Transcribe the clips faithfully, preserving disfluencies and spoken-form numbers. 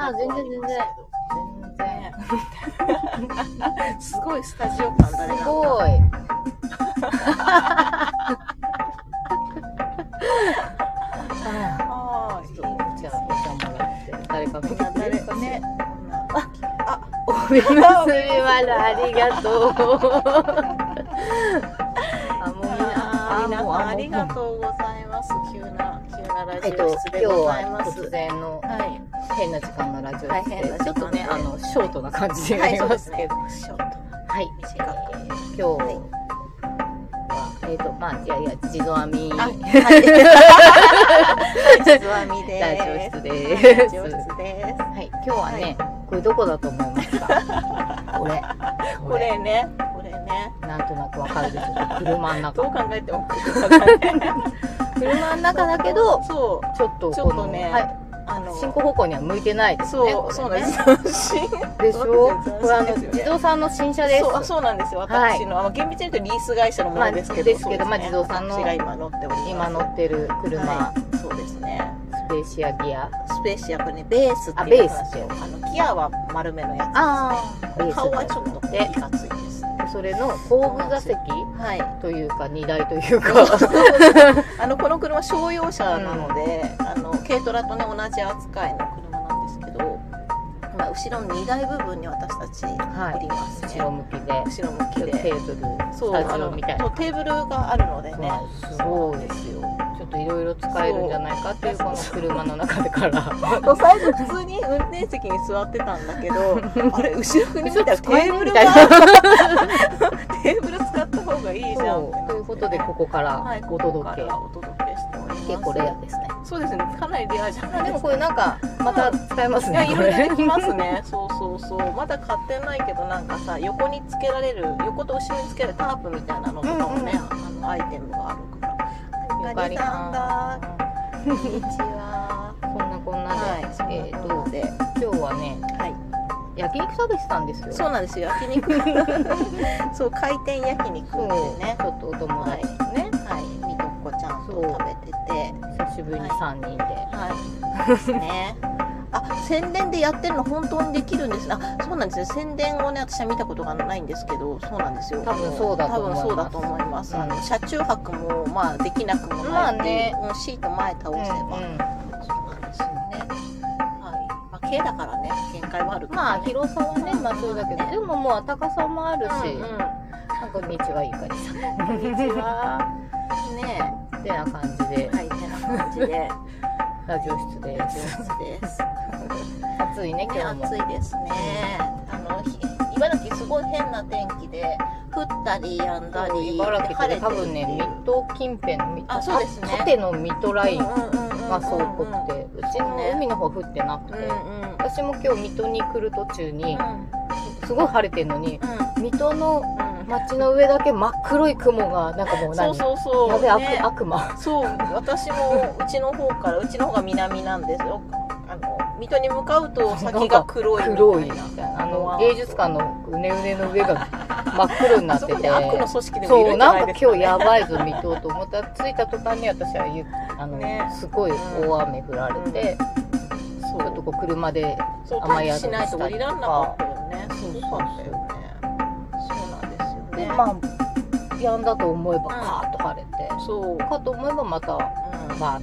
あ、全然全然。 全然。すごいスタジオ感だね。 すごい。 はい。 じゃあ、お茶もらって、誰か見誰かね。 あ、あ、おみむすびまだありがとう。あ、もうあ、皆さんありがとうございます。急な、急なラジオ室でございます。 突然の変な時間のラジオはい、 室変なで、ちょっとね、あの、ショートな感じになりますけど。 ショート。 はい、 短く。 今日は、えっと、まあ、いやいや、地蔵編み。 はい。地蔵編みです。 ラジオ室です。 ラジオ室です。 はい、今日はね、これどこだと思いますか？これ。 これね、これね。 なんとなくわかるでしょうか？車の中。 どう考えても車の中。 車の中だけど、 そう。 ちょっと、 ちょっとね、 はい。あの進行方向には向いてないですね。 そう、そうなんです。 でしょ？これあの自動さんの新車です。 そう、あ、そうなんですよ。私のあの厳密に言うとリース会社のものですけど、 ですけど、まあ自動さんの今乗っております。 今乗ってる車、 そうですね。 スペーシアギア、 スペーシアこれねベースっていう話を、あのギアは丸めのやつですね。顔はちょっといかついです。 それの後部座席というか荷台というか、 あのこの車商用車なので、あの軽トラとね同じ扱いの車なんですけど、まあ後ろの荷台部分に私たちおりますね。 後ろ向きで、 後ろ向きでテーブル、スタジオみたいな。 テーブルがあるのでね。 そうですよ。ちょっといろいろ使えるんじゃないかっていうこの車の中でから。 最初普通に運転席に座ってたんだけど、あれ後ろに見たらテーブルがテーブル使った方がいいじゃん。 ということでここからお届け。 お届けしております。 結構レアですね。 そうですね。かなりレアじゃないですか。 でもこれなんかまた使えますね。 いや、いろいろできますね。そうそうそう。まだ買ってないけどなんかさ、横につけられる、横と後ろにつけるタープみたいなのとかもね、あのアイテムがあるから。ゆかりさんだ。こんにちは。 こんなこんなで、えっとで今日はね、焼肉食べてたんですよ。 そうなんですよ。焼肉。そう、回転焼肉でね。 ちょっとお友達ね、 はい、みとっこちゃんと食べてて、 久しぶりにさんにんで。 はい。ですね。あ、宣伝でやってるの本当にできるんですね。あ、そうなんですね。宣伝をね、私は見たことがないんですけど、そうなんですよ。 多分そうだと思います。 多分そうだと思います。あの車中泊もまあできなくもない。 まあね、 シート前倒せば、そうなんですよね。はい。まあ軽だからね、限界はあるけど。 まあ広さはね、まあそうだけど、でももう高さもあるし、こんにちはゆかりさん。 こんにちは。ねえ、ってな感じで、 はい、ってな感じで。 ラジオ室です。 です。 暑いね、今日も。 暑いですね。あの、茨城すごい変な天気で、降ったりやんだり。 茨城って多分ね、水戸近辺、 あ、そうですね。 縦の水戸ラインがそうっぽくて、うちの海の方降ってなくて、私も今日水戸に来る途中に、すごい晴れてんのに、水戸の街の上だけ真っ黒い雲がなんかもう何、 そうそうそう、 やべ悪、ね、悪魔。 そう、私もうちの方から、うちの方が南なんですよ。あの水戸に向かうと先が黒いみたいな。 黒いみたいな。あの芸術館のうねうねの上が真っ黒になってて、 悪の組織でもいるんじゃないですか、ね。 そう、なんか今日やばいぞ水戸と思ったら、着いた途端に私はゆあの、ね、すごい大雨降られて、うん、ちょっとこう車で雨宿りしたりとか。 しないと降りらんなかったよね。そうそうったよね。 で、まあ、やんだと思えばカーッと晴れて、 うん、そうかと思えばまたバーッと降って、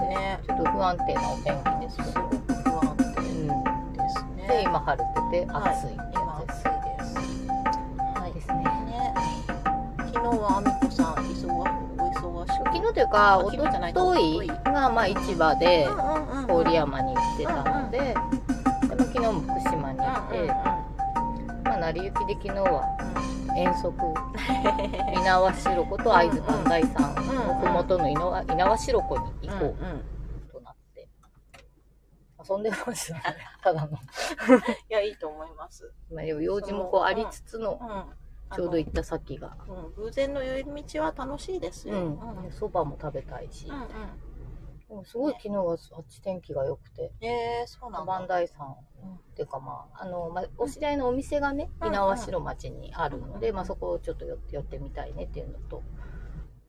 ね、 ちょっと不安定なお天気ですけど、 すごく不安定ですね。 で、今晴れてて暑い、 はい、今暑いです。 はい、ですね。 ね、昨日はあみこさん忙しお忙しい。 昨日というかおとといがまあ市場で郡山に行ってたので、でも昨日も福島に行って、まあ成り行きで昨日は。遠足猪苗代湖と会津磐梯山のふもとの猪苗代湖に行こうとなって遊んでましたね、ただの。いや、いいと思います。 まあ用事もこうありつつのちょうど行った先が、 うん、偶然の寄り道は楽しいですよ。 そば、うん、も食べたいし、うんうん、すごい昨日はあっち天気が良くて、 えー、そうなんだ。 磐梯山っていうか、まあ、あの、まあ、お知り合いのお店がね、猪苗代町にあるので、まあ、そこをちょっと寄って、寄ってみたいねっていうのと、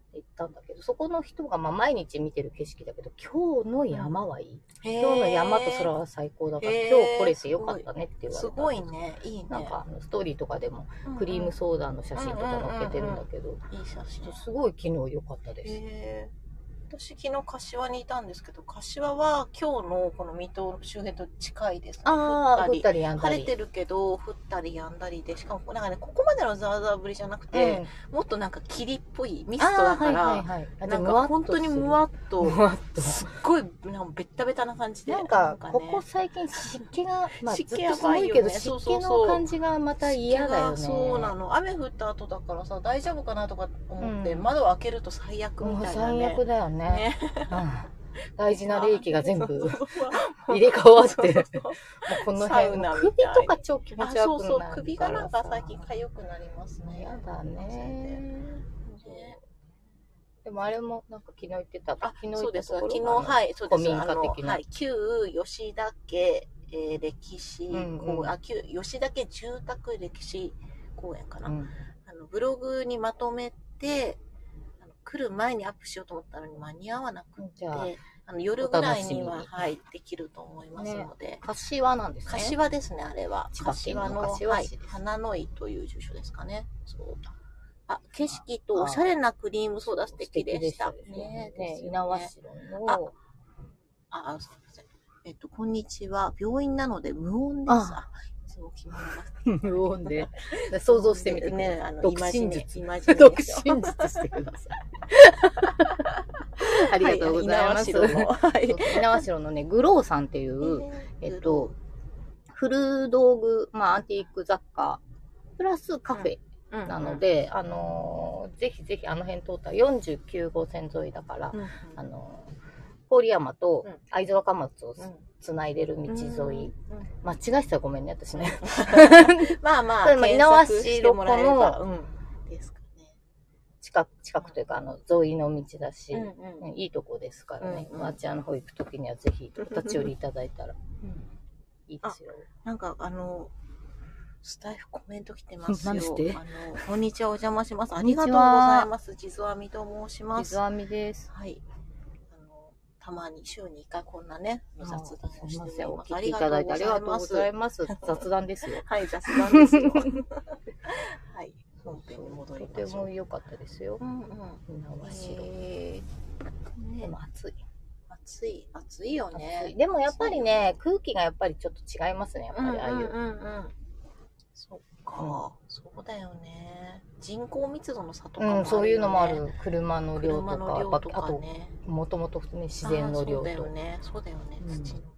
行ったんだけど、そこの人がまあ毎日見てる景色だけど、今日の山はいい。 へー今日の山と空は最高だから、 へー今日来れてよかったねって言われた。 すごいね、いいね。 なんかあのストーリーとかでもクリームソーダの写真とか載っけてるんだけど、 いい写真。 すごい昨日良かったです。 へー私昨日柏にいたんですけど、柏は今日のこの水戸周辺と近いですね。 ああ、降ったりやんだり。 晴れてるけど降ったりやんだりで、しかもなんかね、ここまでのザーザー降りじゃなくて、うん、もっとなんか霧っぽいミストだから、はいはいはい、なんか本当にムワッと、ムワッとすっごいなんかベッタベタな感じで、 なんか、なんかね、ここ最近湿気が、まあ、湿気やばいけど、湿気の感じがまた嫌だよね。 そうなの。雨降った後だからさ、大丈夫かなとか思って、うん、窓を開けると最悪みたいなね。 最悪だよね。ね大事な冷気が全部入れ替わってもうこの辺首とか超気持ち悪くなる。 そうそう、首がなんか最近痒くなりますね。 やだね。でもあれもなんか昨日言ってた。 あ、そうです。昨日はいそうです。古民家的な。はい、旧吉田家、えー、歴史公園、うんうん、あ旧吉田家住宅歴史公園かな。うん、あのブログにまとめて。来る前にアップしようと思ったのに間に合わなくて、あの夜ぐらいには、はい、できると思いますので。 ね、柏なんですね。 柏ですね、あれは。 柏の、 はい、花の井という住所ですかね。そうだ。あ、景色とおしゃれなクリームソーダ素敵でした。 ねえ、猪苗代の。あ、あ、すみません。えっと、こんにちは。病院なので無音です。あ無音で想像してみてね、あの独身術独身術してください。ありがとうございます。猪苗代のね、グローさんっていう、えっと、古道具、まあ、アンティーク雑貨、プラスカフェなので、あの、ぜひぜひあの辺通ったらよんじゅうきゅうごう線沿いだから、あの、郡山と会津若松をつないでる道沿い、うんうん、間違えてたらごめんね私ねまあまあ猪苗代湖の、 うんですかね、 近く近くというかあの沿いの道だし、うんうん、いいとこですからね、うんうん、あちらの方行くときにはぜひお立ち寄りいただいたらいいですよ。 なんかあのスタイフコメント来てますよ。 何してあのこんにちは、お邪魔します。ありがとうございます。地蔵編みと申します。 地蔵編みです。 はい。たまに週にいっかいこんなね雑談をしております。 お聞きいただいてありがとうございます。雑談ですよ。 はい、雑談ですよ。はい、本編に戻りましょう。 とても良かったですよ。 うんうん。 猪苗代。でも暑い。 暑い、暑いよね。 でもやっぱりね、空気がやっぱりちょっと違いますね。やっぱりああいう。 うんうんうん。そっか、そうだよね。人口密度の差とかもあるよね。 うん、そういうのもある。車の量とか、 車の量とかね、 あともともとね自然の量と。 そうだよね。そうだよね。土のね。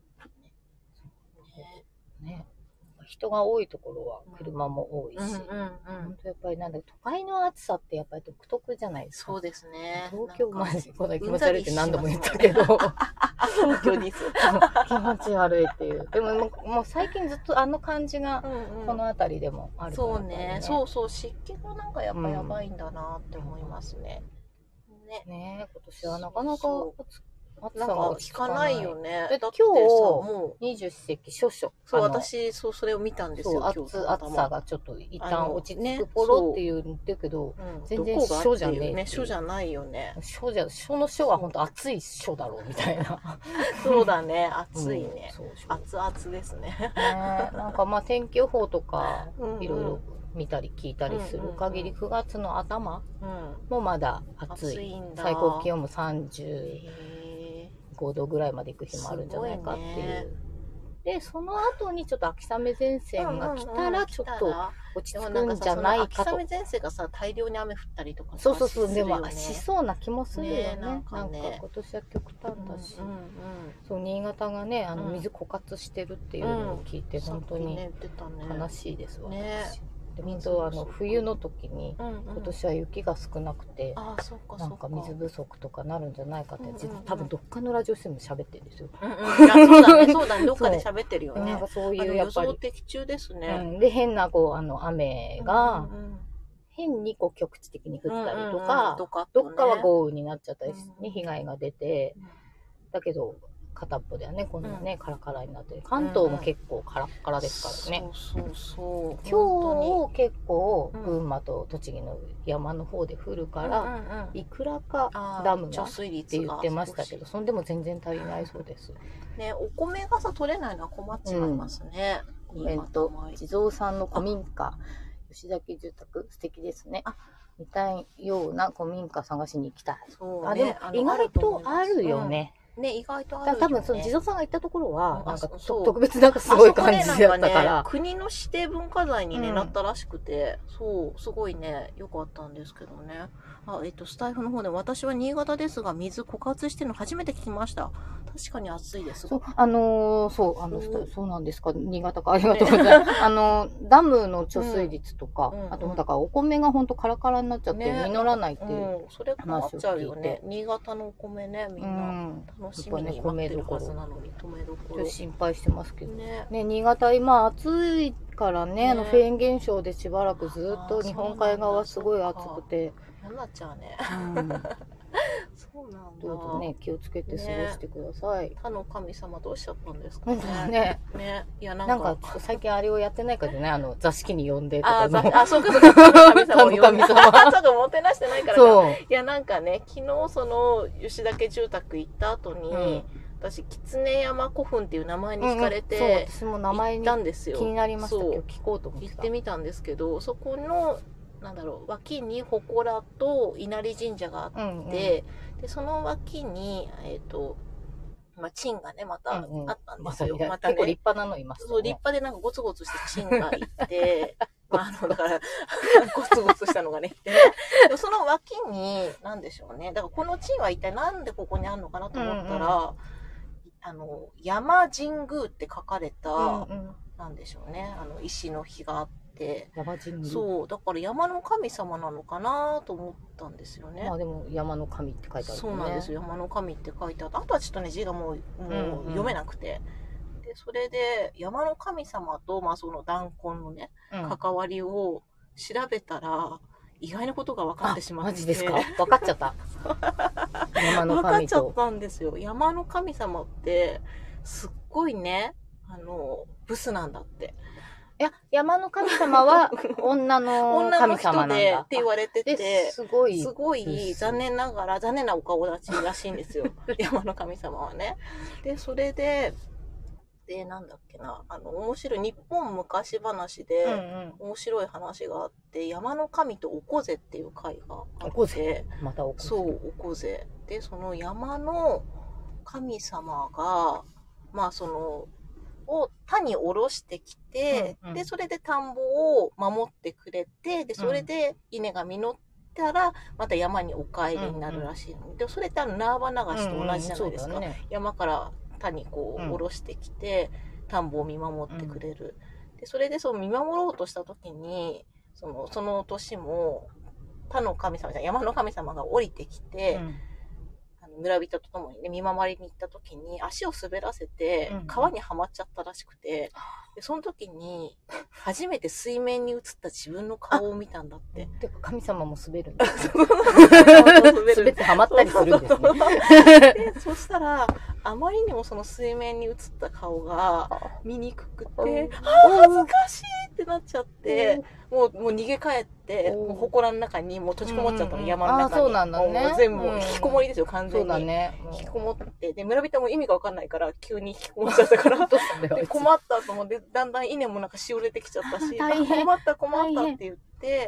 ね。人が多いところは車も多いし、うんうんうん、本当やっぱりなんだ都会の暑さってやっぱり独特じゃないですか。 そうですね。 東京マジこんな気持ち悪いって何度も言ったけど、 東京です気持ち悪いっていう。でももう、もう最近ずっとあの感じがこの辺りでもあるから、ね、 そうね。そうそう、湿気がなんかやっぱやばいんだなって思いますね。 うん、ねね今年はなかなか暑さが聞かないよね。 だって今日もう二十四節気処暑。 そう、私そうそれを見たんですよ。 そう暑暑さがちょっと一旦落ち着く頃っていうんだけど、全然暑じゃねえ。 ね、暑じゃないよね。 暑じゃ暑の暑は本当暑い暑だろうみたいな。 そうだね、暑いね。熱々ですね。 ね、なんかまあ天気予報とかいろいろ見たり聞いたりする限りくがつの頭もまだ暑い。最高気温も三十ごどぐらいまで行く日もあるんじゃないかっていう。ね、でその後にちょっと秋雨前線が来たらちょっと落ち着くんじゃないかと。 秋雨前線がさ大量に雨降ったりとか、ね、 そうそうそう、でもしそうな気もするよね。ね、なんかね、なんか今年は極端だし、うんうんうん、そう新潟がねあの水枯渇してるっていうのを聞いて、うん、本当に悲しいですわ、ね、私。で本当あの冬の時に、うんうん、今年は雪が少なくて、 あそうかなんか水不足とかなるんじゃないかって、うんうんうん、多分どっかのラジオでも喋ってるんですよ。 うんうん、いやそうだね、そうだね、どっかで喋ってるよね。 なんかそういうやっぱり予想的中ですね。 うん、で変なこうあの雨が、うんうんうん、変にこう局地的に降ったりとか、うんうんうん、どっかは豪雨になっちゃったり、ね、うんうん、被害が出て、だけど片っぽではねこんなね、うん、カラカラになってる。関東も結構カラッカラですからね、 うん、そうそうそう。 今日結構群馬と栃木の山の方で降るから、うんうんうん、いくらかダムがって言ってましたけど、そんでも全然足りないそうですね。お米がさ取れないのは困っちまいますね。 コメント、地蔵さんの古民家吉崎住宅素敵ですね。あ、みたいような古民家探しに行きたい。そう、ね、あ、でも意外とあるよね。 うん、ね、意外とあるよね。 多分その地蔵さんが行ったところはなんか特別なんかすごい感じだったから、 ね、国の指定文化財に、ね、うん、なったらしくて、そうすごいね良かったんですけどね。あ、えっとスタイフの方で私は新潟ですが水枯渇してるの初めて聞きました。確かに暑いです。 そう、あのー、そうあのそうなんですか。新潟か、ありがとうございます。あのダムの貯水率とか、うんうんうん、あとだからお米が本当カラカラになっちゃって実らないっていう話を聞いて、ね、うん、それ困っちゃうよね。新潟のお米ね、みんな楽しみに待ってるはずなのに、米どころ。 心配してますけどね。ね、新潟今暑いからね、ね、あのフェーン現象でしばらくずっと日本海側すごい暑くて。 嫌になっちゃうね。うんそうなんだ。 どうぞね、気をつけて過ごしてください。 ね、他の神様どうしちゃったんですかね。 ね。 ね。いや、 なんか、なんか最近あれをやってないからね、あの、座敷に呼んでとかの。 あ、あ、そうか、そうか、神様を呼んで。神様。ちょっともてなしてないからか。 そう。 いや、なんかね、昨日その、吉田家住宅行った後に、うん、私、狐山古墳っていう名前に惹かれて、うんうん、 そう、私も名前に行ったんですよ。気になりましたけど、聞こうと思って行ってみたんですけど、そこの、なんだろう、脇に祠と稲荷神社があって、うんうん、でその脇に、えっ、ー、と、まあ、チンがね、またあったんですよ。うんうん、またね、 結構立派なのいますね。 そう、立派でなんかゴツゴツしたチンがいて、まあ、あの、だから、ゴツゴツしたのがね、いてね。でその脇に、なんでしょうね。だからこのチンは一体なんでここにあるのかなと思ったら、うんうん、あの、山神宮って書かれた、うんうん、なんでしょうね、あの、石の碑があって、 山神宮。 そうだから山の神様なのかなと思ったんですよね。 まあでも山の神って書いてある、ね、 そうなんですよ。山の神って書いてあって、あとはちょっとね字がもう、もう読めなくて、うんうん、でそれで山の神様と、まあ、その弾痕のね、うん、関わりを調べたら意外なことが分かってしまって。 マジですか？分かっちゃった山の神と分かっちゃったんですよ。山の神様ってすっごいね、あのブスなんだって。 いや、山の神様は女の神様なんだ。女の人でって言われてて、 すごい、 すごい残念ながら、残念なお顔立ちらしいんですよ。山の神様はね。で、それで、で、なんだっけな、あの、面白い、日本昔話で、面白い話があって、うんうん、山の神とおこぜっていう会があって、おこぜまたおこぜ。 そう、おこぜ。で、その山の神様が、まあ、その、を田に下ろしてきて、うんうん、でそれで田んぼを守ってくれて、でそれで稲が実ったらまた山にお帰りになるらしいの、うんうん、でそれってあの縄場流しと同じじゃないですか、うんうんね、山から田にこう下ろしてきて、うん、田んぼを見守ってくれる、うん、でそれでそう見守ろうとした時にそのその年も田の神様じゃ山の神様が降りてきて、うん村人とともにね、見守りに行った時に足を滑らせて川にはまっちゃったらしくて、うん、でその時に初めて水面に映った自分の顔を見たんだって。 てか神様も滑るんですね。滑ってはまったりするんですね。 でそしたらあまりにもその水面に映った顔が醜くて、あー恥ずかしいってなっちゃって、もうもう逃げ帰ってもう祠の中にもう閉じこもっちゃったの、うん、山の中に。 あ、そうなんだね。 もう全部引きこもりですよ、完全に。 そうだね。 引きこもって、で村人も意味が分かんないから急に引きこもっちゃったからで困ったと思って、だんだん稲もなんかしおれてきちゃったし、困った困ったって言って、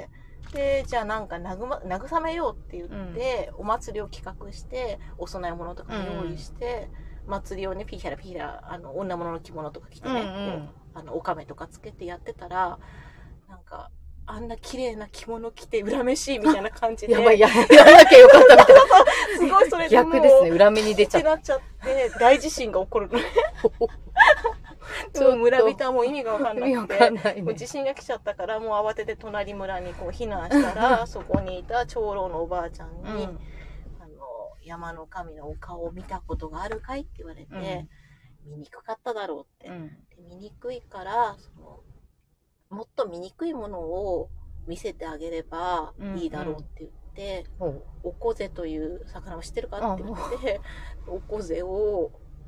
でじゃあなんか慰めようって言って、うん、お祭りを企画してお供え物とか用意して、うん、祭りをねピーヒャラピーヒャラあの女物の着物とか着てね、うんうん、こうあのおかめとかつけてやってたら、なんかあんな綺麗な着物着て恨めしいみたいな感じでやばい や, やらなきゃよかったみたいなすごいそれでもう逆ですね、恨みに出ちゃってなっちゃって大地震が起こるのねもう村人はもう意味が分かんなくて、ね、もう地震が来ちゃったからもう慌てて隣村にこう避難したらそこにいた長老のおばあちゃんに、うん、あの山の神のお顔を見たことがあるかいって言われて、うん、見にくかっただろうって、うん、で見にくいからそのもっと醜いものを見せてあげればいいだろうって言って、うんうん、おこぜという魚を知ってるかって言って、おこぜを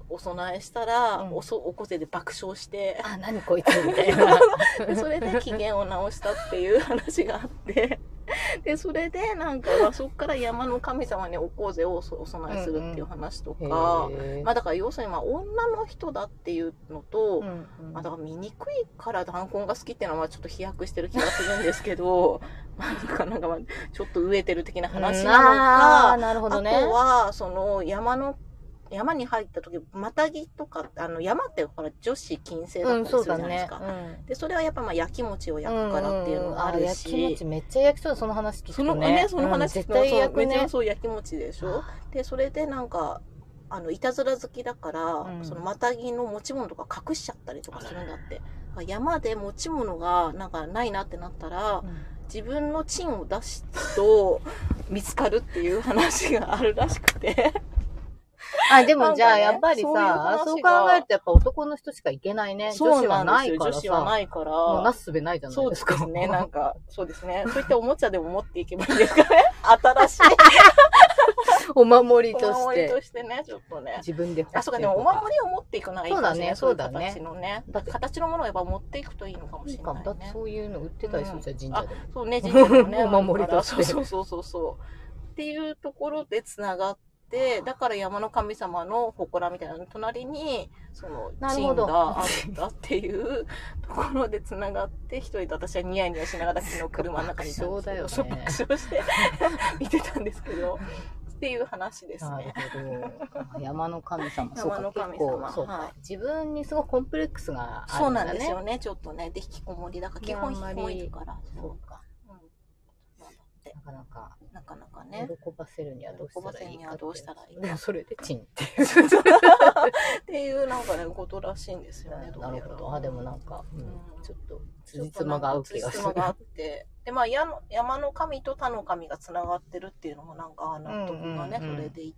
お供えしたら、 うんおそおこぜで爆笑してあ、何こいつみたいな。 でそれで機嫌を直したっていう話があってでそれでなんか、まあ、そこから山の神様におこぜをお供えするっていう話とか、 へーまあだから要するにまあ女の人だっていうのと、 うんうんまあ、だから醜いから弾痕が好きっていうのはまあちょっと飛躍してる気がするんですけどまあなんかなんかまあちょっと飢えてる的な話なのか、 あーなるほどね。 あとはその山の山に入った時またぎとかあの山ってほら女子禁制だうん、 ったりそうだねするじゃないです。か、 うんでそれはやっぱまあ焼き餅を焼くからっていうのがあるうんうんうん、焼きし、 餅めっちゃ焼きそう、その話聞くとそのね。 ねその話うん絶対焼くねめっちゃ。そう焼き餅でしょ。でそれでなんかあのいたずら好きだから、 うんそのまたぎの持ち物とか隠しちゃったりとかするんだって。山で持ち物がなんかないなってなったら、 うん自分のチンを出すと見つかるっていう話があるらしくてあ、でもじゃあ、 なんかねやっぱりそういう話さ、 がそう考えるとやっぱ男の人しか行けないね。女子はないから女子はなさ、 いからもうなすすべないじゃなそういでか。 ですすね。なんか、そうですね。そういったおもちゃでも持っていけばいいんですかね。新しい。 お守りとしお守りとて、 してね、ちょっとね。 自分で掘ってあ、そうか、でもお守りを持っていくのはいいかもしれない。 そうだねそういう形のね。だって形のものをやっぱ持っていくといいのかもしれないいいかも。だってね。 そういうの売ってたりするじゃん、神社でも。 そうね、神社でもね。 お守りとしてそうそうそうそう。っていうところでつながって、だから山の神様の祠みたいなの隣に、その、チンなるほどがあったっていうところでつながって、一人で私はニヤニヤしながら昨日車の中にいたんですけど、そう爆笑だよね爆笑して見てたんですけど、っていう話ですなるね。 ほど。山の神様。そう山のか、 神様結構、そうかはい。 自分にすごいコンプレックスがあそうるんだね。 なんですよね、ちょっとね。で、引きこもりだから、基本引きこもりだから。 そうか。 うん。なんだってなかなか、 なかなかね。 喜ばせるにはどうしたらいいかって。 喜ばせるにはどうしたらいいかでもそれでチンって。 っていうなんかね、ことらしいんですよね。 なるほど。あ、でもなんか、うんうんちょっと、辻褄が合う気がする。 辻褄があって。で、まあ、山の山の神と他の神がつながってるっていうのもなんか、あ納得がね、 うんうんうんそれでいって、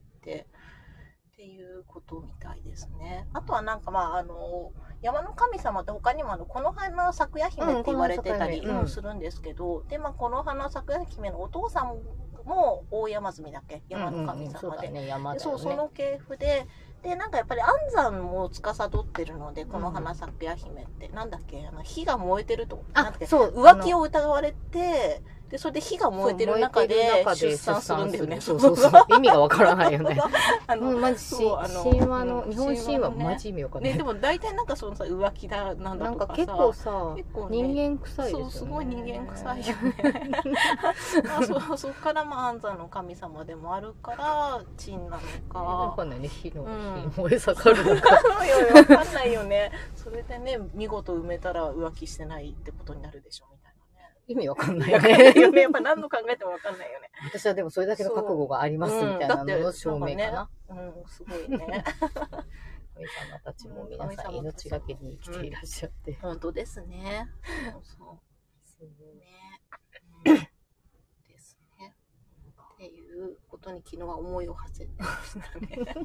っていうことみたいですね。あとはなんかまあ、あの、山の神様って他にもあの、この花咲夜姫って言われてたりうんこの花咲夜姫うんするんですけど、で、まあ、この花咲夜姫のお父さんも大山積だっけ山の神そう様で。 だね、山でだよね。 そうその系譜ででなんかやっぱり安産も司ってるのでこの花咲夜姫って、なんだっけあの火が燃えてるとなんだっけそう浮気を疑われてでそれで火が燃えてる中でそう燃えてる中で出産するんだよね。 そうそうそう。意味がわからないよね。 あのうんマジしそうあの神話の、 うん日本神話神話のねマジ意味わかんない。 ねでも大体なんかそのさ浮気だなんだとかさなんか結構さ、 結構ね人間臭いですよね。 そうすごい人間臭いよね。まあ、そそこからまあ安産の神様でもあるからチンなのか。 わかんないね、火の、 うん火燃え盛るのか。 いやいやわかんないよね。それでね見事埋めたら浮気してないってことになるでしょみたい意味わかんないなね。 よね。 よねやっぱ何度考えてもわかんないよね。 私はでもそれだけの覚悟がありますみたいなのの証明かな。 うん、すごいね。 神様たちも皆さん命がけに生きていらっしゃって。 本当ですね。そうそう。ね。うんですね。っていうことに昨日は思いを馳せてましたね。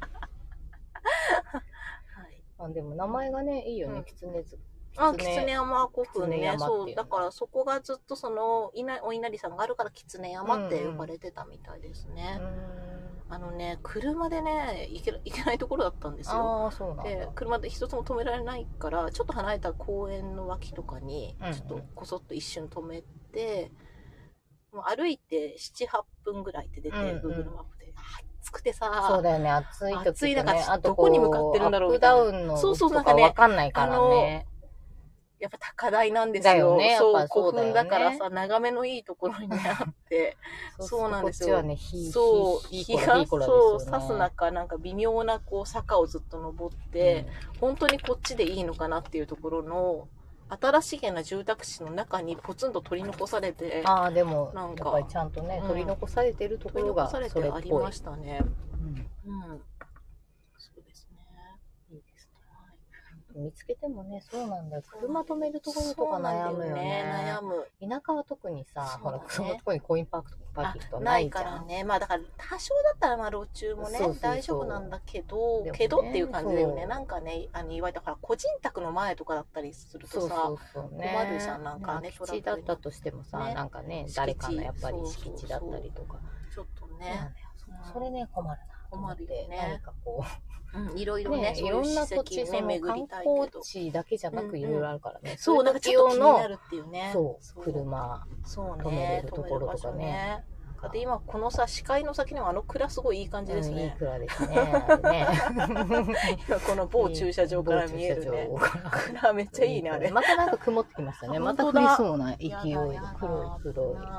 はい。 あでも名前がね、いいよね、 うんキツネズ。 あ、キツネ山古墳狐ね。 山っていうのそう。だからそこがずっとその、いなお稲荷さんがあるからキツネ山って呼ばれてたみたいですね。あのね、車でね、行け、行けないところだったんですよ。 ああ、そうなんだ。 で、車で一つも止められないから、ちょっと離れた公園の脇とかにうんう、んちょっとこそっと一瞬止めて、もう歩いてなな、はっぷんぐらいって出て、 うんうん Google マップで。暑くてさ、 そうだよね、暑い時暑いとね、 中あとどこに向かってるんだろうアップダウンのそうそうとなんかねかわかんないからね。 やっぱ高台なんですだよ。 よねやっぱそう、 そうだよね古墳だからさ、眺めのいいところにあって、そうなんですよ。 こっちはね、火、 そう、 火、 日が、 火コラそう、 ですよね。 刺す中、なんか微妙なこう坂をずっと登って、本当にこっちでいいのかなっていうところの、新しげな住宅地の中にポツンと取り残されて、 ああ、でも、 なんかやっぱりちゃんとね、 うん取り残されてるとこ取りろが残されそれっぽい。 てありましたね。 うんうん。そうですね。 いいですね。見つけてもね、そうなんだよ。車止めるところとか悩むよね。 悩む。 田舎は特にさ、 そうだねほら、そのとこにコインパークとかパーキングとかなないいじゃん。 からね。まあだから多少だったらまあ路中もねそうそうそう大丈夫なんだけど、 でもねけどっていう感じだよね。 そうなんかね、あの言われたから個人宅の前とかだったりするとさ、 そうそうそうね。 困るじゃんなんかね空き地だったとしてもさ、 ねなんかね敷、地誰かのやっぱりそうそうそう敷地だったりとか。 ちょっとそうなんねだ。よそそれね、困るな。 思って困るよね何かこうん、いろいうろね、 ね、いろんな土地、 そういう史跡ね、 その観巡りたいけ光ど。 地だけじゃなうんうんくいろいろあるからね。 そう、なんかちょっと気になるっていうね。 そう、車そうね、 止めれるところとかね。 だって今このさ、視界の先にもあの蔵すごいいい感じですうん、いいね。 蔵ですね。あれね今この某駐車場から見えるね。蔵めっちゃいいね、あれ。 またなんか曇ってきましたね。また降りそうな勢いで、黒い黒い。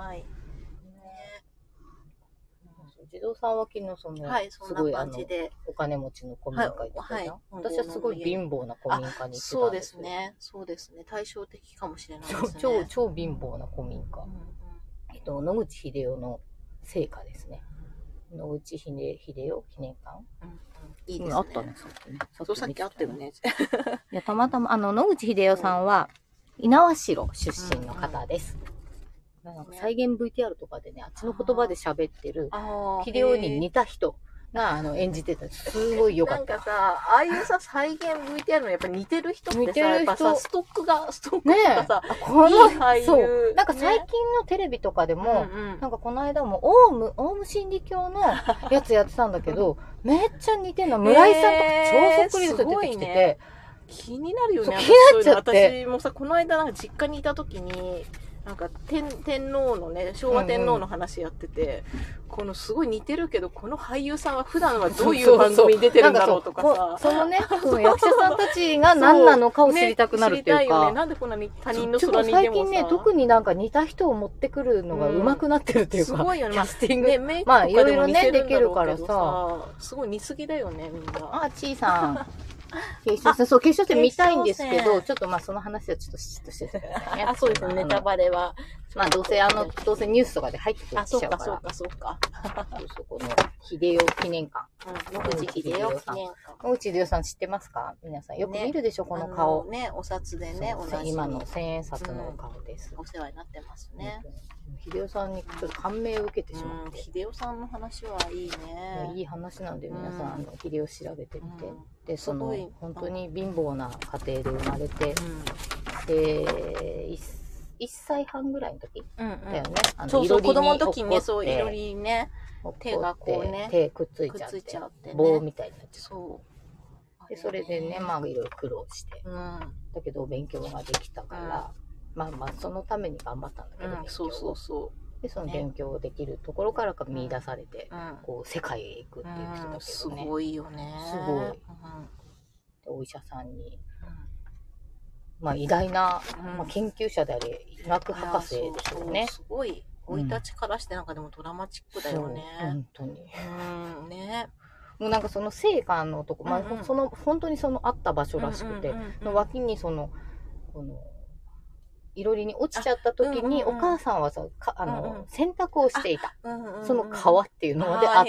児童さんは昨日その、 はい、そんな感じでお金持ちの古民家行ってたじゃん。私はすごい貧乏な古民家に行ってたんですよ。 そうですね。そうですね。対照的かもしれないですね。 超、超貧乏な古民家。えっと、野口英世の生家ですね。野口英世記念館、 いいですね。 あったね、さっきね。 そう、さっきあったよね。 いや、たまたま、あの、野口英世さんは、猪苗代出身の方です。なんか再現 ブイティーアール とかでね、あっちの言葉で喋ってる、秀夫に似た人が、あの、演じてた。すごい良かった。 なんかさ、ああいうさ、再現 ブイティーアール のやっぱ似てる人ってさ、やっぱさ、ストックが、ストックがさ、 このいい俳優。 そう。なんか最近のテレビとかでも、なんかこの間も、オウム、オウム真理教のやつやってたんだけど、めっちゃ似てんの。村井さんとか超そっくりの人出てきてて。 気になるよね、 気になっちゃって。 私もさ、この間なんか実家にいた時に、なんか天天皇のね、昭和天皇の話やってて、うんうん、このすごい似てるけど、この俳優さんは普段はどういう番組に出てるんだろうとかさ。 そうそうそのね、その役者さんたちが何なのかを知りたくなるっていうか。ね、知りたいよね。 なんでこんなに他人の空にでもさ。 最近ね、特になんか似た人を持ってくるのが上手くなってるっていうか。うん、 すごいよね。 キャスティング。 ね、メイクとまあ、 かいろいろね、 でも似てるできるんだろうけどからさ。 すごい似すぎだよね、みんな。 あ、ちいさん。決勝戦、そう、決勝戦見たいんですけど、ちょっとまあその話はちょっとシッとしてくださいね。 あ、そうですね、ネタバレは。 まあどうせあの、どうせニュースとかで入ってきちゃうから。 あ、そうか、そうか、そうか。 そこの、秀夫記念館。 野口秀夫記念館。 野口秀夫さん知ってますか？皆さんよく見るでしょ、この顔。 ね、お札でね、おなじみ。 今の千円札の顔です。 お世話になってますね。 秀夫さんにちょっと感銘を受けてしまって。 秀夫さんの話はいいね。 いい話なんで皆さん、あの、秀夫調べてみて。で、その、本当に貧乏な家庭で生まれて、で、いっさいはんぐらいの時だよね。 そうそう、子供の時にね、そう、いろりね、手がこうね、 手くっついちゃって、棒みたいになっちゃって。そう。で、それでね、まあいろいろ苦労して。だけど、勉強ができたから、まあまあ、そのために頑張ったんだけど、 そうそうそう。 で、その勉強できるところからか見出されて、こう、世界へ行くっていう人だけどね。 すごいよね。 すごい。で、お医者さんに、まあ、偉大な、まあ、研究者であり、医学博士ですよね。 すごい。生い立ちからしてなんかでもドラマチックだよね。 本当に。 うん、ね。 もうなんかその生還のとこ、まあ、その、本当にそのあった場所らしくて、の脇にその、この、いろりに落ちちゃった時に、お母さんはさ、あの、洗濯をしていた。その川っていうのであって、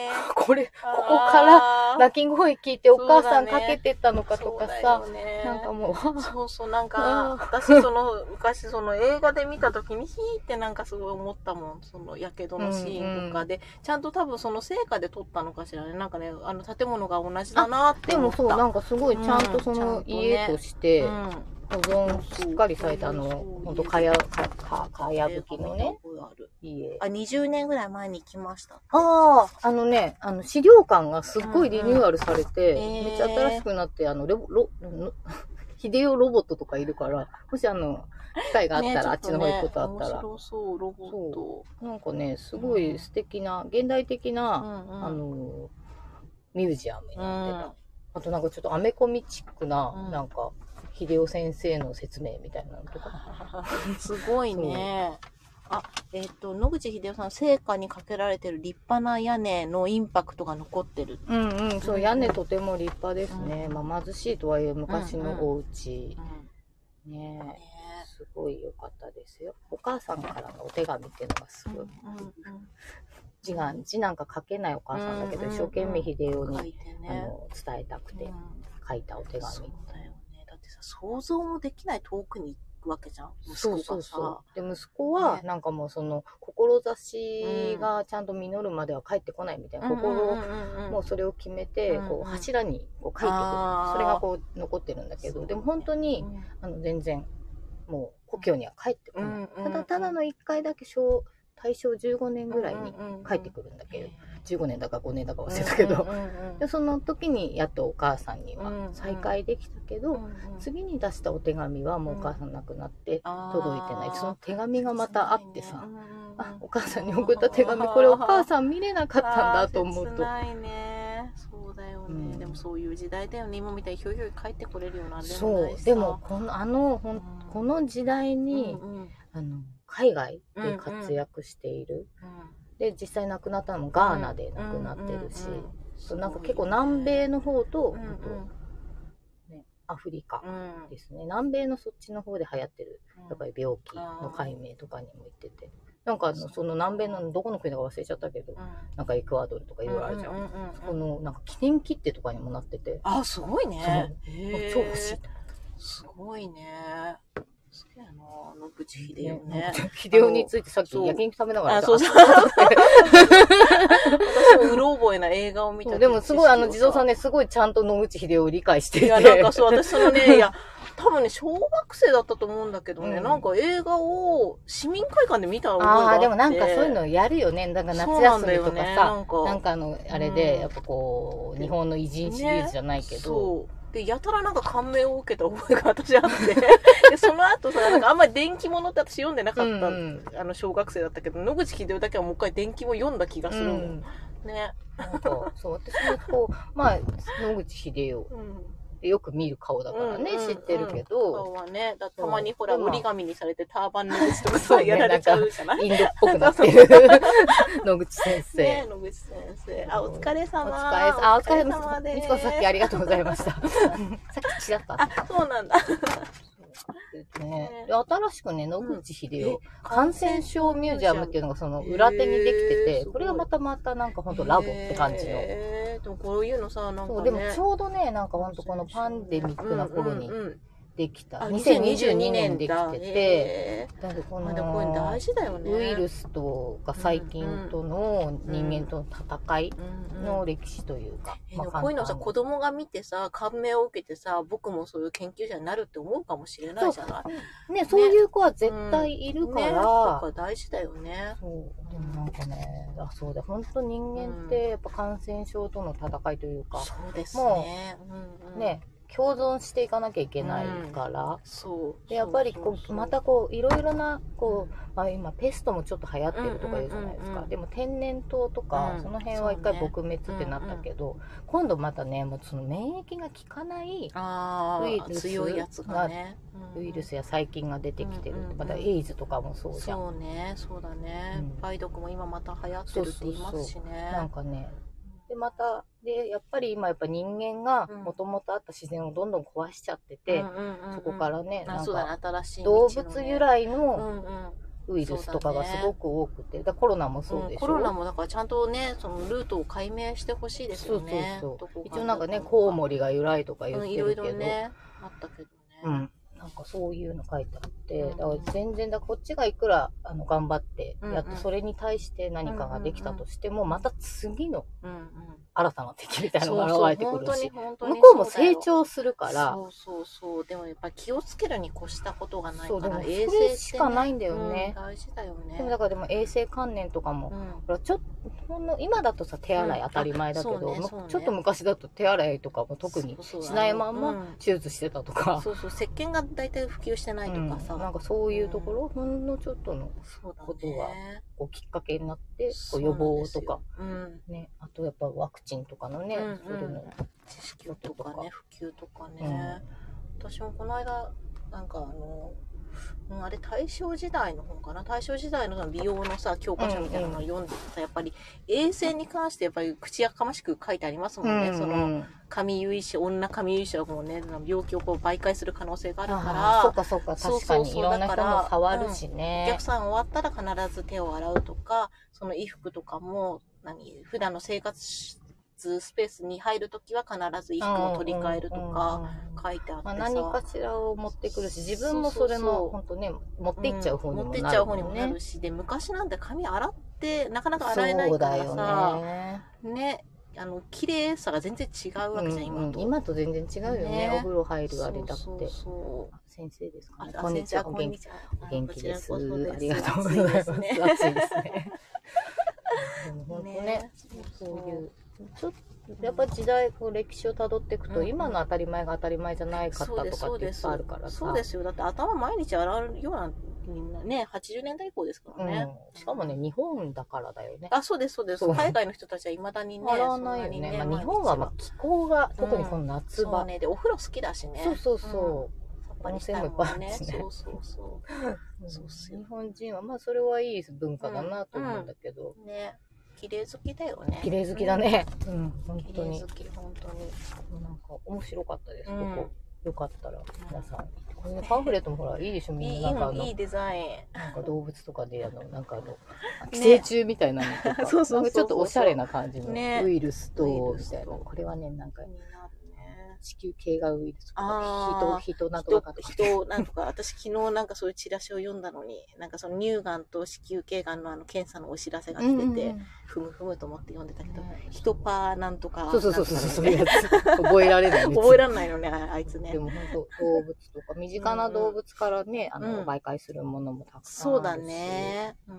これ、ここから鳴き声聞いてお母さんかけてたのかとかさ、なんかもう、 そうそう、なんか、私その、昔その映画で見た時に、ヒーってなんかすごい思ったもん。その、やけどのシーンとかで、ちゃんと多分その成果で撮ったのかしらね。なんかね、あの建物が同じだなって思った。 でもそう、なんかすごいちゃんとその家として、保存しっかりされたあの、ほんとかや、か、か、かやぶきのね、 家。あ、にじゅうねんぐらい前に行きました。 ああ、あのね、あの、資料館がすっごいリニューアルされて、うんうん、めっちゃ新しくなって、あの、ロ、ロ、秀夫ロボットとかいるから、もしあの、機会があったら、ね、あっちの方行くことあったら。 面白そう、ロボット。 なんかね、すごい素敵な、現代的な、うんうん、あの、ミュージアムになってた。うん、あとなんかちょっとアメコミチックな、うん、なんか、秀夫先生の説明みたいなのとか。 すごいね。あ、えっ、ー、と、野口英世さんの生家にかけられてる立派な屋根のインパクトが残ってる。 うんうん、そう、屋根とても立派ですね。うん、まあ貧しいとはいえ昔のお家。うんうん、ねえ、ね、すごい良かったですよ。お母さんからのお手紙っていうのがすごい。うんうんうん、字が、字なんか書けないお母さんだけど、うんうんうん、一生懸命秀夫に、ね、あの伝えたくて書いたお手紙。 そうだよね。だってさ、想像もできない遠くに行くわけじゃん。息子がさ。そうそうそう。 で、息子は、なんかもうその、志がちゃんと実るまでは帰ってこないみたいな、うん、心、もうそれを決めて、うん、こう、柱にこう書いてくる。それがこう、残ってるんだけど、でも本当に、あの、全然、もう、故郷には帰ってこない。うん、ただ、ただの一回だけ小、 大正じゅうごねんぐらいに帰ってくるんだけど、じゅうごねんだかごねんだか忘れたけど、でその時にやっとお母さんには再会できたけど、次に出したお手紙はもうお母さん亡くなって届いてない。その手紙がまたあってさ、あ、お母さんに送った手紙、これお母さん見れなかったんだと思うと。 切ないね。そうだよね、うん、でもそういう時代だよね。今みたいにひょいひょい帰ってこれるようなあれでもないしさ。 そう、でもこのあのほん、うん、この時代に、うんうん、あの海外で活躍している、うんうん、で実際亡くなったのもガーナで亡くなってるし、うんうん、なんか結構南米の方と、うんうんね、アフリカですね、うん、南米のそっちの方で流行ってるやっぱり病気の解明とかにも行ってて、なんかあのその南米のどこの国だか忘れちゃったけど、うん、なんかエクアドルとかいろいろあるじゃん、うんうんうんうん、そこのなんか記念切手とかにもなってて、 あ、すごいね。 超欲しい。 すごいね。好きやな、野口英世ね。 秀夫についてさっき焼肉食べながら。 あ、そうそう。私もうろ覚えな映画を見た。 でもすごいあの地蔵さんね、すごいちゃんと野口英世を理解していて。いや、なんかそう、私そのね、いや、多分ね、小学生だったと思うんだけどね、うん、なんか映画を市民会館で見た覚えがあって。ああ、 でもなんかそういうのやるよね。なんか夏休みとかさ、なんか、なんかあの、あれで、やっぱこう、日本の偉人シリーズじゃないけど、ね、 そうで、やたらなんか感銘を受けた覚えが私あって、で、その後さ、なんかあんまり電気物って私読んでなかった、うん、あの、小学生だったけど、野口英世だけはもう一回電気も読んだ気がするもん。うん、ね。 なんか、そう、私もこう、まあ、野口英世。うんよく見る顔だからね、うんうんうん、知ってるけど。 顔はね、だたまにほら、折り紙にされてターバン野口とかさ、やられちゃうじゃない？ インドっぽくなってる。野口先生。 ね、野口先生。あ、お疲れ様。 お疲れ様。あ、お疲れ様です。みちこさっきありがとうございました。さっきちらっとあった。 あ、そうなんだ。 ね、新しくね、野口英世、感染症ミュージアムっていうのがその裏手にできてて、これがまたまたなんかほんとラボって感じの。 でもこういうのさ、なんか、ね、 そう、でもちょうどね、なんかほんとこのパンデミックな頃にできた。にせんにじゅうにねんできてて、だってこの大事だよね。 ウイルスとか細菌との人間との戦いの歴史というか。 まあ、こういうのさ、子供が見てさ、感銘を受けてさ、僕もそういう研究者になるって思うかもしれないじゃない。 ね、そういう子は絶対いるから。ね、だから大事だよね。 そう。でもなんかね、あ、そうだ、本当人間ってやっぱ感染症との戦いというか。 そうですね。 もう、ね。共存していかなきゃいけないから、うん、そうでやっぱりこうまたこういろいろなこう、まあ、今ペストもちょっと流行ってるとか言うじゃないですか、うんうんうんうん、でも天然痘とか、うん、その辺は一回撲滅ってなったけど、ねうんうん、今度またねもうその免疫が効かないウイルス強いやつがね、 ウイルスや細菌が出てきてる、うんうんうん、またエイズとかもそうじゃん。 そうね、そうだね、うん、梅毒も今また流行ってるって言いますしね。そうそうそう、 なんかねでまたでやっぱり今やっぱ人間がもともとあった自然をどんどん壊しちゃってて、うんうんうんうん、そこからねなんか動物由来のウイルスとかがすごく多くて、だコロナもそうでしょ、 うん、コロナもだからちゃんとねそのルートを解明してほしいですよね。 そうそうそう、一応なんかねコウモリが由来とか言ってるけど、うん、いろいろねあったけどね、 うんなんかそういうの書いてあって、だから全然だこっちがいくらあの頑張ってやっとそれに対して何かができたとしても、また次の新たな敵みたいなのが現れてくるし、向こうも成長するから。 そうそうそう。でもやっぱり気をつけるに越したことがないから、 そうでも衛生、ね、しかないんだよね、 うん、大事だよね。 でもだからでも衛生観念とかも、うん、ほらちょっと今だとさ手洗い当たり前だけど、うんねね、ちょっと昔だと手洗いとかも特にしないまんま手術してたとか、 そうそう、石鹸が大体普及してないとかさ、 うん、なんかそういうところ、うん、ほんのちょっとのことがこうきっかけになってこう予防とか、うんね、あとやっぱワクチンとかのね、うんうん、それの知識とかね普及とかね、うん、私もこの間なんかあのうん、あれ大正時代の本かな、大正時代の美容のさ教科書みたいなのを読んでてさ、うんうん、やっぱり衛生に関してやっぱり口やかましく書いてありますもんね、うんうん、その髪結い師女髪結い師はもうね病気をこう媒介する可能性があるから、 そうかそうか、確かにいろんな人も触るしね、 うん、お客さん終わったら必ず手を洗うとか、その衣服とかも何普段の生活スペースに入るときは必ず衣服を取り替えるとか書いてあってさ、 まあ、何かしらを持ってくるし、自分もそれの本当ね持っていっちゃう方にもなる、ね、 持っていっちゃう方にもなるし、で昔なんて髪洗ってなかなか洗えないからさ、ね、ねあの綺麗さが全然違うわけじゃん、今と。 今と全然違うよね。お風呂入るあれだって。 そうそう。 先生ですかね。 こんにちは、こんにちは。 お元気です。ありがとうございます。暑いですね。でも本当ね、こういう、ちょっと、やっぱ時代、こう歴史をたどっていくと、今の当たり前が当たり前じゃないかったとかっていっぱいあるからさ。 そうですよ。だって頭毎日洗うような、みんなね、はちじゅうねんだい以降ですからね。 しかもね、日本だからだよね。 あ、そうです、そうです。海外の人たちは未だにね、 洗わないよね。まあ日本はまあ気候が、特にこの夏場。 そうね。で、お風呂好きだしね。 そうそうそう。 温泉もいっぱいあるしね。そうそうそう。 日本人はまあそれはいい文化だなと思うんだけど。 ね。綺麗好きだよね。 綺麗好きだね。うん、本当に。 綺麗好き、本当に。 なんか面白かったです。ここ。よかったら皆さん。これパンフレットもほらいいでしょ、みんな。なんかいいデザイン。 なんか動物とかであのなんかあの寄生虫みたいなのとか、そうそう、ちょっとおしゃれな感じのウイルスとみたいな。これはね、なんか子宮頸がウイルスとか人人なんとか人なんとか、私昨日なんかそういうチラシを読んだのに、なんかその乳がんと子宮頸がんのあの検査のお知らせが来てて、ふむふむと思って読んでたけど、ヒトパーなんとか、 そうそうそうそういうやつ覚えられない。 覚えられないのね、あいつね。 でも本当動物とか身近な動物からね、あの媒介するものもたくさんあるし。 そうだね。うん。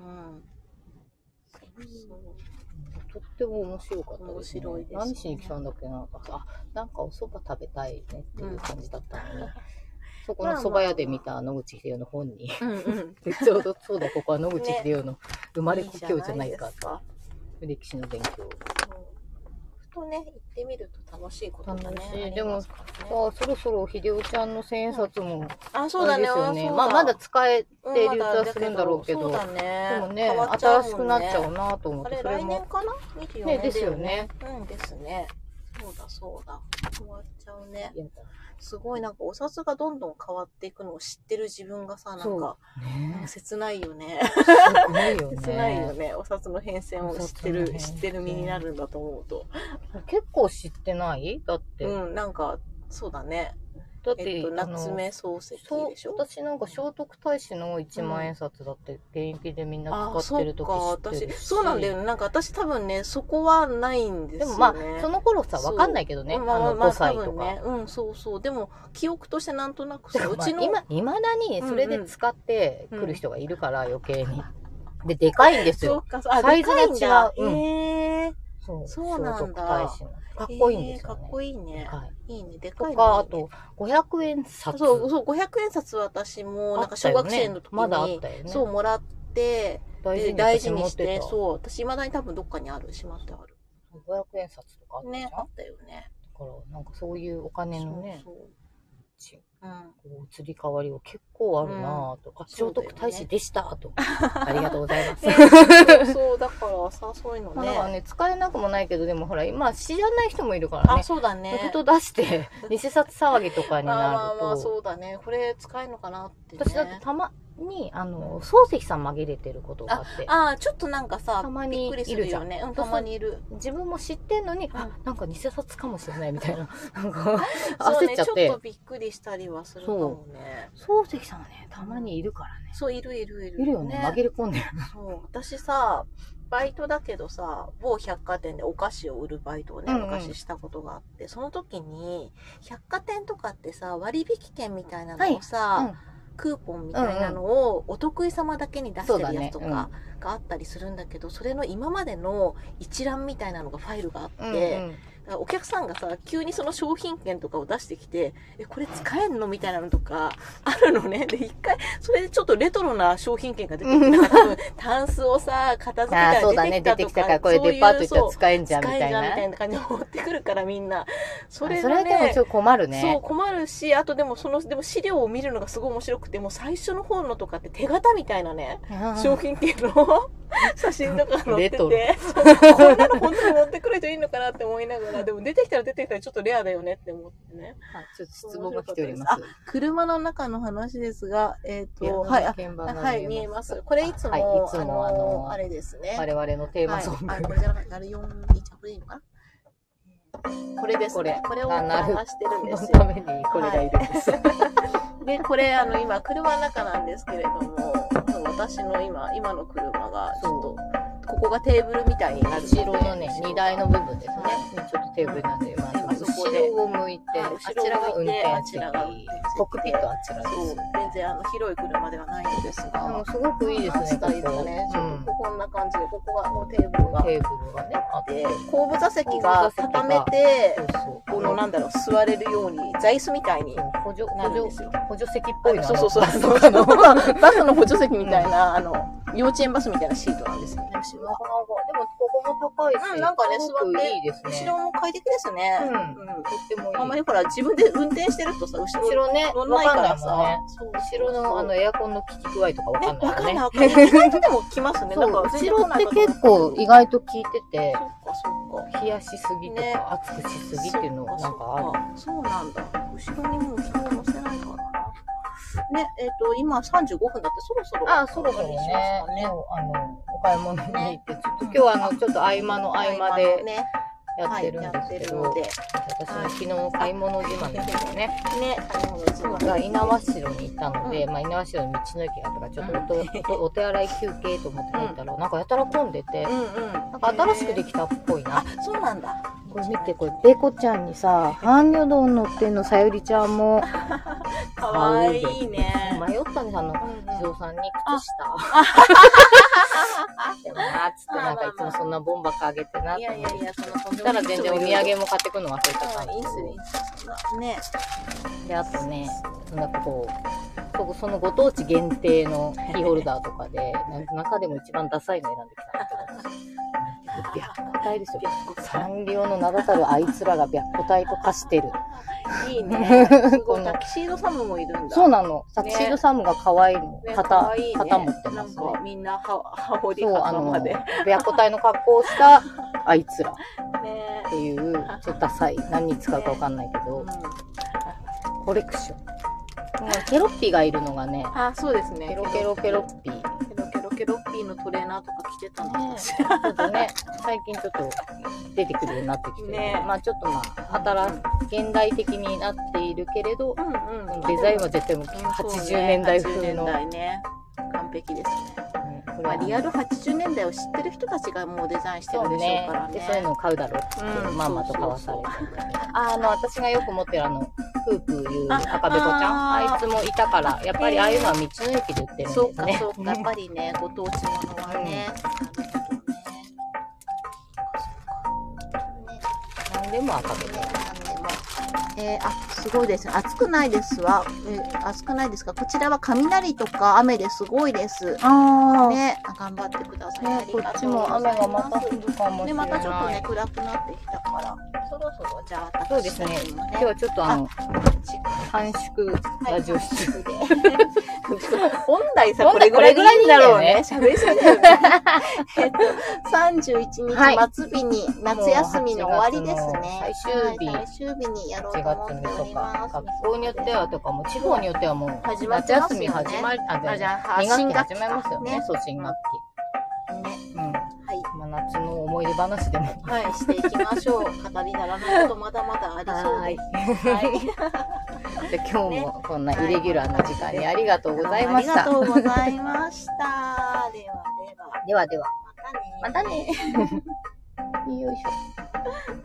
とっても面白かったです、ね。 面白いです、ね。 何しに来たんだっけな。あ、なんかお蕎麦食べたいねっていう感じだったのに。うん、そこの蕎麦屋で見た野口英世の本に。うんうん、でちょうどそうだ、ここは野口英世の生まれ故郷じゃないかと。歴史の勉強。 ふとね、行ってみると楽しいことがね。 でも、さあ、そろそろ秀夫ちゃんの千円札も、 あ、そうだね。 まあ、まだ使えて流通するんだろうけど、でもね、新しくなっちゃうなと思って。 あれ、来年かな ?にじゅうよねんですよね。 うんですね。そうだそうだ。終わっちゃうね。すごいなんかお札がどんどん変わっていくのを知ってる自分がさ、なんか、ね、切ないよね。 すごいよね。 切ないよね。お札の変遷を知ってる、知ってる身になるんだと思うと。 結構知ってないだって。 うん、なんか、そうだね。だって、えっと、夏目漱石でしょ。 私なんか聖徳太子のいちまん円札だって現役でみんな使ってる時知ってるし。 私、そうなんだよね。なんか私多分ね、そこはないんですよね。でもまあ、その頃さ、わかんないけどね。 まあまあまあ、ごさいとか。 ね。うん、そうそう。でも、記憶としてなんとなくさ、 うちの。今、いまだにそれで使ってくる人がいるから、余計に。で、でかいんですよ。サイズが違う。 へえ。 そう。 そうなんだ。 かっこいいんですよね。 かっこいいね。いいね。でかいね。 とか、あと、ごひゃくえん札。 そう、そう、ごひゃくえん札は私も、なんか小学生の時に、 まだあったよね。 そう、もらって、大事にして、そう、私未だに多分どっかにある、しまってある。 ごひゃくえん札とかあったね、あったよね。 だから、なんかそういうお金のね、うん、こう移り変わりは結構あるなぁと、あ、聖徳太子でしたと、ありがとうございます。 そう、だからさ、そういうのね。 だからね、使えなくもないけど、でもほら、今知らない人もいるからね。 あ、そうだね。 ふと出して、偽札騒ぎとかになると。 まあまあ、そうだね。これ使えるのかなって。 私だってたまに、あの、漱石さん紛れてることがあって。 ああ、ちょっとなんかさ、たまにいるよね。うん、たまにいる。 自分も知ってんのに、あ、なんか偽札かもしれないみたいな。なんか、焦っちゃって。 ちょっとびっくりしたりはするかもね。 漱石さんはね、たまにいるからね。 そう、いるいるいる。 いるよね。紛れ込んでる。 そう。私さ、バイトだけどさ、某百貨店でお菓子を売るバイトをね、昔したことがあって、その時に、百貨店とかってさ、割引券みたいなのをさ、クーポンみたいなのをお得意様だけに出してるやつとかがあったりするんだけど、それの今までの一覧みたいなのがファイルがあって、お客さんがさ、急にその商品券とかを出してきて、え、これ使えんのみたいなのとか、あるのね。で、一回、それでちょっとレトロな商品券が出てきたから、多分、タンスをさ、片付けたら出てきたとか、 そうだね、出てきたから、これデパート行ったら使えんじゃんみたいな。 使えんじゃんみたいな感じで持ってくるから、みんな。 それ、ね、それでもちょっと困るね。 そう、困るし、あとでもその、でも資料を見るのがすごい面白くて、もう最初の方のとかって手形みたいなね、商品券の写真とか載ってて、こんなの本当に持ってくる人いいのかなって思いながら、でも出てきたら出てきたらちょっとレアだよねって思ってね。 はい、ちょっと質問が来ております。あ、 車の中の話ですが、えっと、はい、はい、見えます。これいつも、はい、いつもあの、あれですね。 我々のテーマソング。 はい、これじゃなかった、あれよん、いち、これいいのかな？これですね。これを流してるんですよ。 そのためにこれがいるんです。 で、これあの今車の中なんですけれども、私の今、今の車がちょっと、ここがテーブルみたいになる。 後ろのね、荷台の部分ですね。ちょっとテーブルになってます。後ろを向いて、あちらが運転席、コックピットはあちらです。 そう、全然あの広い車ではないのですが。 でもすごくいいですね。 スタイルがね、ちょっとこんな感じで、ここがもうテーブルが。 テーブルがね、あって、 後部座席が畳めて、このなんだろう、座れるように、座椅子みたいに補助、 なるんですよ。 補助席っぽいの。 そうそうそう。バスの補助席みたいな、あの、幼稚園バスみたいなシートなんですよね、後ろは。 でも、ここも高いし、 なんかね、座っていいですね。 後ろも快適ですね。 うん。とってもいい。 あんまりほら、自分で運転してるとさ、後ろね、 乗んないからさ、 後ろのあのエアコンの効き具合とかわかんないよね。 わかんないわかんない。意外とでも来ますね。 なんか後ろって結構意外と効いてて、 そっかそっか。 冷やしすぎとか熱くしすぎっていうのなんかある。 そうなんだ。後ろにもう人を乗せないからな。ね、えっと、今さんじゅうごふんだってそろそろ。 あ、そろそろね。あの、お買い物に行って、ちょっと今日はあの、ちょっと合間の合間でやってるんですけど、私も昨日買い物自慢ですよね。 ね、買い物自慢。 が猪苗代に行ったので、まあ猪苗代に道の駅があったから、ちょっとお手洗い休憩と思って行ったら、なんかやたら混んでて、なんか新しくできたっぽいな。 あ、そうなんだ。 これ見て、これ、ベコちゃんにさ、半魚丼乗ってんの、さゆりちゃんも。 かわいいね。 迷ったんです、あの、地蔵さんに靴下。でもな、つってなんかいつもそんなボンばっかあげてなって。いやいやいや、その、そしたら全然お土産も買ってくるの忘れちゃったんです。いいっすね、いいっすね。で、あとね、なんかこう、そのご当地限定のキーホルダーとかで、中でも一番ダサいの選んできたんですけど。白虎隊ですよ。サンリオの名だたるあいつらが白虎隊と化してる。 いいね。すごい。タキシードサムもいるんだ。 そうなの。タキシードサムが可愛いの。肩、肩持ってますね。 みんな羽織袴まで。 白虎隊の格好をしたあいつら。っていう、ちょっとダサい。何に使うかわかんないけど。コレクション。ケロッピがいるのがね。 あ、そうですね。 ケロケロケロッピ。 ケロッピーのトレーナーとか着てたのね。 ちょっとね、最近ちょっと出てくるようになってきて、ね、まあちょっとまあ、新現代的になっているけれど、うんうん、デザインは絶対もうはちじゅうねんだい風の。 ね、完璧ですね。うん、まあ、リアルはちじゅうねんだいを知ってる人たちがもうデザインしてるでしょうからね。 で、そういうのを買うだろうって、うん、ママと買わされて。あの、私がよく持ってるあの、プープーいう赤べこちゃん あ, あいつもいたから、やっぱりああいうのは道の駅で売ってるんですね。 そうか、そうか。やっぱりね、ご当地ものはね。 何でも赤べこ。 えー、あ、すごいですね。暑くないですわ。えー、暑くないですか。こちらは雷とか雨ですごいです。ああ。ね、頑張ってください。 ね、こっちも雨がまた降るかもしれない。 ね、またちょっとね、暗くなってきたから、そろそろじゃあ、 そうですね。今日はちょっとあの、短縮ラジオ室で。 本来さ、これぐらいでいいんだろうね。喋りすぎだよね。えっと、さんじゅういちにち末日に夏休みの終わりですね。 最終日。 最終日にやろうと思っております。 学校によってはとかも、地方によってはもう、夏休み始まり、あ、じゃあ、新学期始まりますよね。そう、新学期。ね。うん。はい。まあ、夏の思い出話でも。 はい、していきましょう。語りならないことまだまだありそうです。はい。 じゃ今日もこんなイレギュラーな時間にありがとうございました。 ありがとうございました。ではでは。 ではでは。 またね。 またね。よいしょ。